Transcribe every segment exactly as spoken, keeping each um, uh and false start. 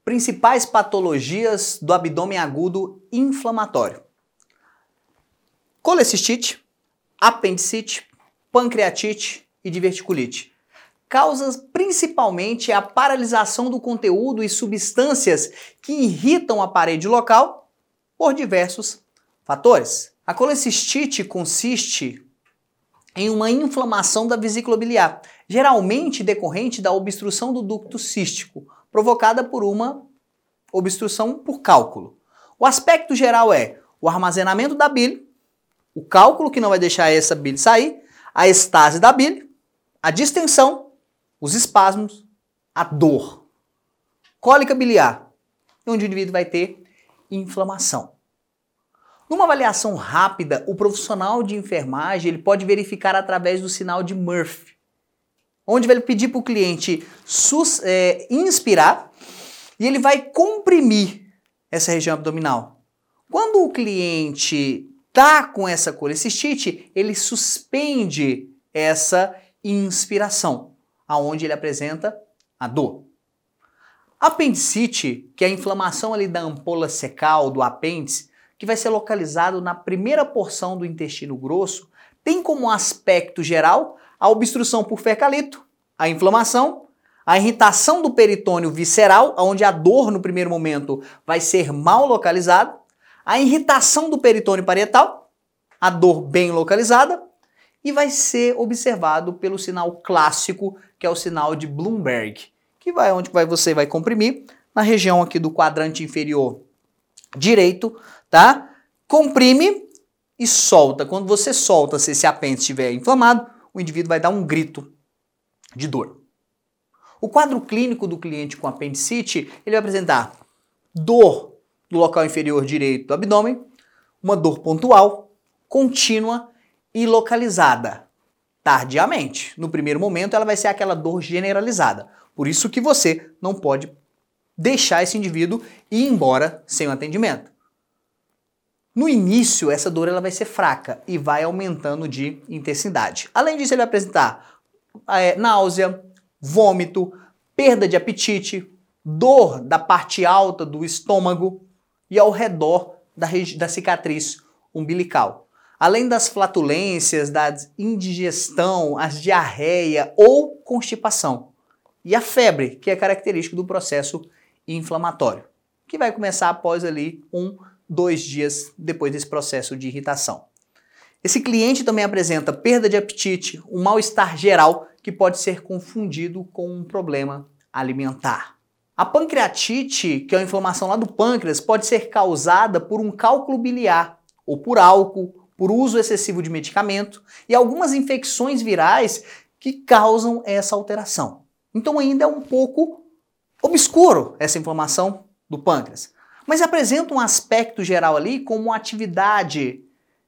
Principais patologias do abdômen agudo inflamatório: colecistite, apendicite, pancreatite e diverticulite. Causas principalmente a paralisação do conteúdo e substâncias que irritam a parede local por diversos fatores. A colecistite consiste em uma inflamação da vesícula biliar, geralmente decorrente da obstrução do ducto cístico, provocada por uma obstrução por cálculo. O aspecto geral é o armazenamento da bile, o cálculo que não vai deixar essa bile sair, a estase da bile, a distensão, os espasmos, a dor. Cólica biliar, onde o indivíduo vai ter inflamação. Numa avaliação rápida, o profissional de enfermagem ele pode verificar através do sinal de Murphy, onde vai pedir para o cliente sus, é, inspirar e ele vai comprimir essa região abdominal. Quando o cliente está com essa colecistite, ele suspende essa inspiração, aonde ele apresenta a dor. Apendicite, que é a inflamação ali da ampola cecal, do apêndice, que vai ser localizado na primeira porção do intestino grosso, tem como aspecto geral a obstrução por fecalito, a inflamação, a irritação do peritônio visceral, onde a dor no primeiro momento vai ser mal localizada, a irritação do peritônio parietal, a dor bem localizada, e vai ser observado pelo sinal clássico, que é o sinal de Bloomberg, que vai onde vai, você vai comprimir, na região aqui do quadrante inferior direito, tá? Comprime e solta. Quando você solta, se esse apêndice estiver inflamado, o indivíduo vai dar um grito de dor. O quadro clínico do cliente com apendicite, ele vai apresentar dor do local inferior direito do abdômen, uma dor pontual, contínua e localizada tardiamente. No primeiro momento, ela vai ser aquela dor generalizada. Por isso que você não pode deixar esse indivíduo ir embora sem o atendimento. No início, essa dor ela vai ser fraca e vai aumentando de intensidade. Além disso, ele vai apresentar é, náusea, vômito, perda de apetite, dor da parte alta do estômago e ao redor da, da cicatriz umbilical. Além das flatulências, da indigestão, as diarreia ou constipação. E a febre, que é característico do processo inflamatório, que vai começar após ali um, dois dias depois desse processo de irritação. Esse cliente também apresenta perda de apetite, um mal-estar geral que pode ser confundido com um problema alimentar. A pancreatite, que é uma inflamação lá do pâncreas, pode ser causada por um cálculo biliar ou por álcool, por uso excessivo de medicamento e algumas infecções virais que causam essa alteração. Então ainda é um pouco obscuro essa inflamação do pâncreas, mas apresenta um aspecto geral ali como atividade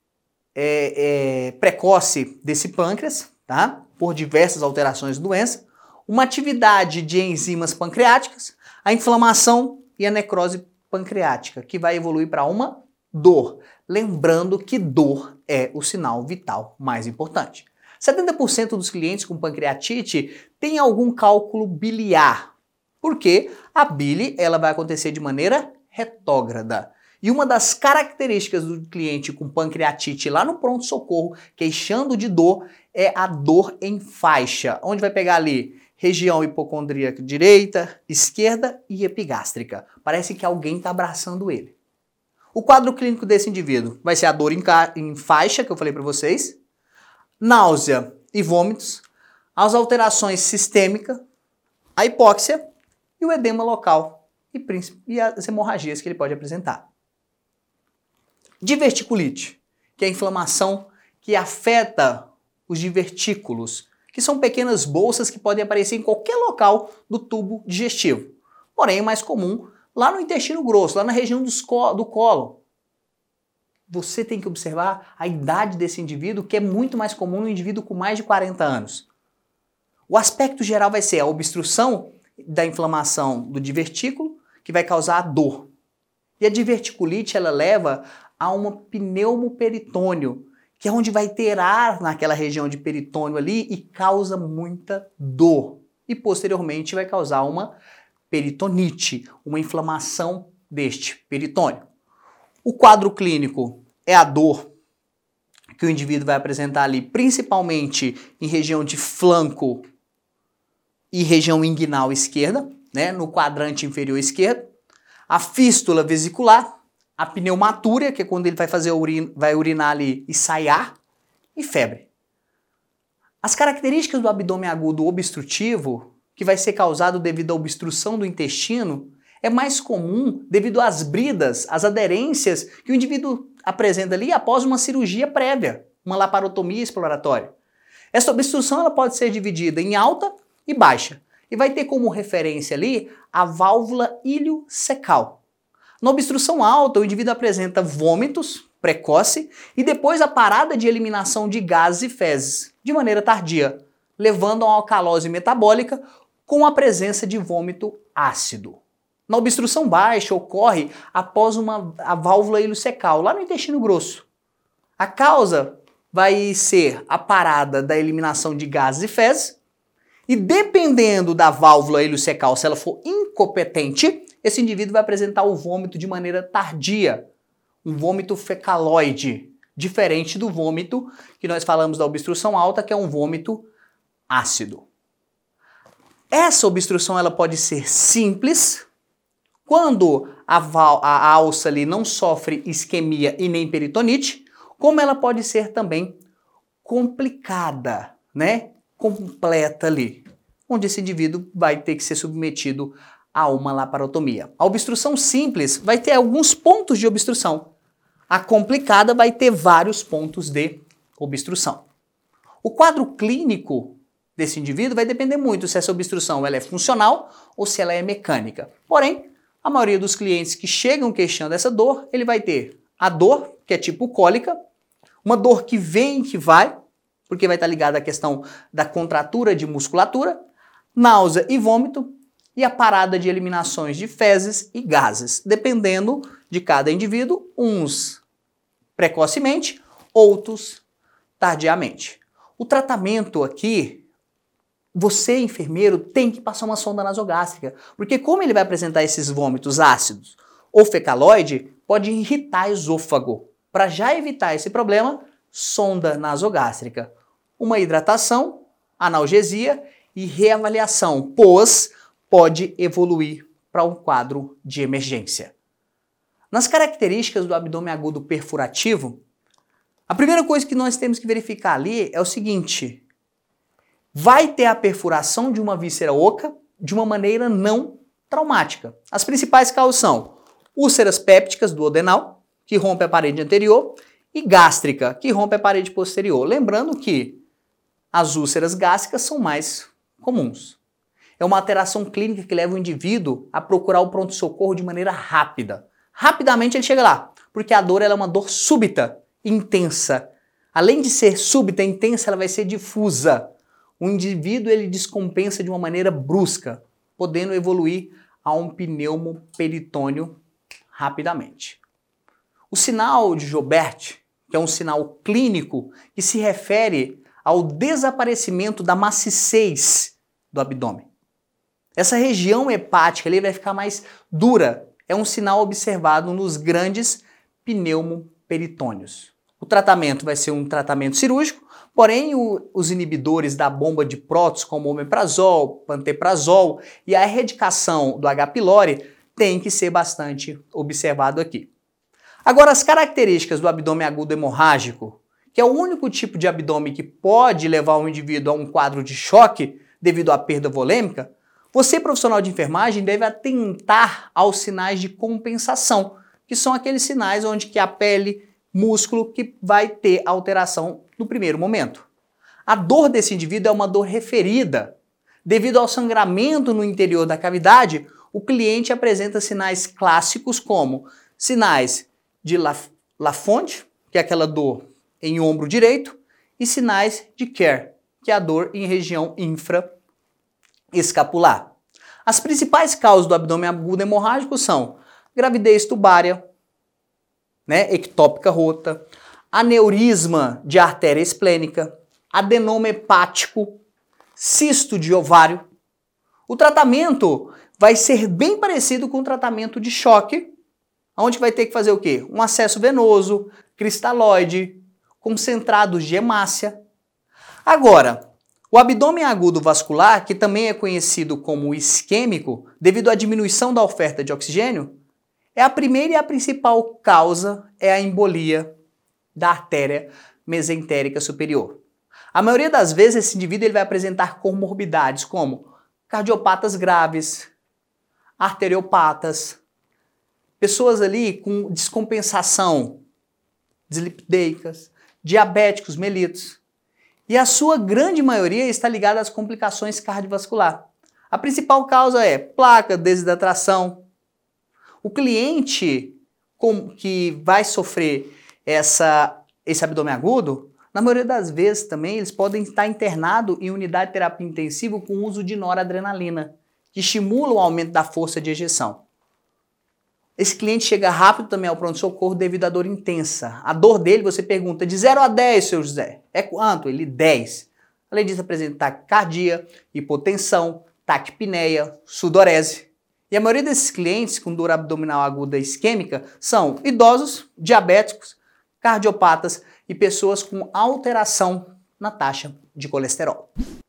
é, é, precoce desse pâncreas, tá? Por diversas alterações de doença, uma atividade de enzimas pancreáticas, a inflamação e a necrose pancreática, que vai evoluir para uma dor. Lembrando que dor é o sinal vital mais importante. setenta por cento dos clientes com pancreatite têm algum cálculo biliar, porque a bile ela vai acontecer de maneira retrógrada. E uma das características do cliente com pancreatite lá no pronto-socorro, queixando de dor, é a dor em faixa, onde vai pegar ali região hipocondríaca direita, esquerda e epigástrica. Parece que alguém está abraçando ele. O quadro clínico desse indivíduo vai ser a dor em, em faixa, que eu falei para vocês, náusea e vômitos, as alterações sistêmicas, a hipóxia e o edema local e, e as hemorragias que ele pode apresentar. Diverticulite, que é a inflamação que afeta os divertículos, que são pequenas bolsas que podem aparecer em qualquer local do tubo digestivo. Porém, é mais comum lá no intestino grosso, lá na região dos co do cólon. Você tem que observar a idade desse indivíduo, que é muito mais comum no indivíduo com mais de quarenta anos. O aspecto geral vai ser a obstrução da inflamação do divertículo, que vai causar a dor. E a diverticulite, ela leva a uma pneumoperitônio, que é onde vai ter ar naquela região de peritônio ali e causa muita dor. E posteriormente vai causar uma peritonite, uma inflamação deste peritônio. O quadro clínico é a dor que o indivíduo vai apresentar ali, principalmente em região de flanco e região inguinal esquerda, né, no quadrante inferior esquerdo, a fístula vesicular, a pneumatúria, que é quando ele vai fazer urina, vai urinar ali e sair ar, e febre. As características do abdômen agudo obstrutivo, que vai ser causado devido à obstrução do intestino, é mais comum devido às bridas, às aderências que o indivíduo apresenta ali após uma cirurgia prévia, uma laparotomia exploratória. Essa obstrução ela pode ser dividida em alta e baixa, e vai ter como referência ali a válvula iliocecal. Na obstrução alta, o indivíduo apresenta vômitos precoce e depois a parada de eliminação de gases e fezes, de maneira tardia, levando a uma alcalose metabólica com a presença de vômito ácido. Na obstrução baixa ocorre após uma, a válvula iliocecal, lá no intestino grosso. A causa vai ser a parada da eliminação de gases e fezes, e dependendo da válvula iliocecal, se ela for incompetente, esse indivíduo vai apresentar o vômito de maneira tardia, um vômito fecaloide, diferente do vômito que nós falamos da obstrução alta, que é um vômito ácido. Essa obstrução ela pode ser simples, quando a, a alça ali não sofre isquemia e nem peritonite, como ela pode ser também complicada, né? Completa ali, onde esse indivíduo vai ter que ser submetido a uma laparotomia. A obstrução simples vai ter alguns pontos de obstrução. A complicada vai ter vários pontos de obstrução. O quadro clínico desse indivíduo vai depender muito se essa obstrução ela é funcional ou se ela é mecânica. Porém, a maioria dos clientes que chegam queixando essa dor, ele vai ter a dor, que é tipo cólica, uma dor que vem e que vai, porque vai estar ligada à questão da contratura de musculatura, náusea e vômito, e a parada de eliminações de fezes e gases, dependendo de cada indivíduo, uns precocemente, outros tardiamente. O tratamento aqui, você, enfermeiro, tem que passar uma sonda nasogástrica, porque como ele vai apresentar esses vômitos ácidos ou fecaloide, pode irritar o esôfago. Para já evitar esse problema, sonda nasogástrica. Uma hidratação, analgesia e reavaliação, pois pode evoluir para um quadro de emergência. Nas características do abdômen agudo perfurativo, a primeira coisa que nós temos que verificar ali é o seguinte: vai ter a perfuração de uma víscera oca de uma maneira não traumática. As principais causas são úlceras pépticas do duodenal, que rompe a parede anterior, e gástrica, que rompe a parede posterior. Lembrando que as úlceras gástricas são mais comuns. É uma alteração clínica que leva o indivíduo a procurar o pronto-socorro de maneira rápida. Rapidamente ele chega lá, porque a dor ela é uma dor súbita, intensa. Além de ser súbita e intensa, ela vai ser difusa. O indivíduo ele descompensa de uma maneira brusca, podendo evoluir a um pneumoperitônio rapidamente. O sinal de Joubert, que é um sinal clínico que se refere ao desaparecimento da maciez do abdômen. Essa região hepática ali vai ficar mais dura. É um sinal observado nos grandes pneumoperitônios. O tratamento vai ser um tratamento cirúrgico, porém o, os inibidores da bomba de prótons, como o omeprazol, pantoprazol e a erradicação do H. pylori, tem que ser bastante observado aqui. Agora, as características do abdômen agudo hemorrágico, que é o único tipo de abdômen que pode levar o indivíduo a um quadro de choque devido à perda volêmica, você, profissional de enfermagem, deve atentar aos sinais de compensação, que são aqueles sinais onde que a pele, músculo, que vai ter alteração no primeiro momento. A dor desse indivíduo é uma dor referida. Devido ao sangramento no interior da cavidade, o cliente apresenta sinais clássicos como sinais de Lafonte, que é aquela dor em ombro direito, e sinais de Kerr, que é a dor em região infraescapular. As principais causas do abdômen agudo hemorrágico são gravidez tubária, né, ectópica rota, aneurisma de artéria esplênica, adenoma hepático, cisto de ovário, O tratamento vai ser bem parecido com o tratamento de choque, onde vai ter que fazer o quê? Um acesso venoso, cristalóide, concentrados de hemácia. Agora, o abdômen agudo vascular, que também é conhecido como isquêmico, devido à diminuição da oferta de oxigênio, é a primeira e a principal causa é a embolia da artéria mesentérica superior. A maioria das vezes esse indivíduo ele vai apresentar comorbidades como cardiopatas graves, arteriopatas, pessoas ali com descompensação, dislipidemicas, diabéticos mellitus. E a sua grande maioria está ligada às complicações cardiovasculares. A principal causa é placa, desidratação. O cliente com, que vai sofrer essa, esse abdômen agudo, na maioria das vezes também eles podem estar internados em unidade de terapia intensiva com uso de noradrenalina, que estimula o aumento da força de ejeção. Esse cliente chega rápido também ao pronto-socorro devido à dor intensa. A dor dele, você pergunta, de zero a dez, seu José, é quanto? Ele, dez. Além disso, apresenta taquicardia, hipotensão, taquipneia, sudorese. E a maioria desses clientes com dor abdominal aguda isquêmica são idosos, diabéticos, cardiopatas e pessoas com alteração na taxa de colesterol.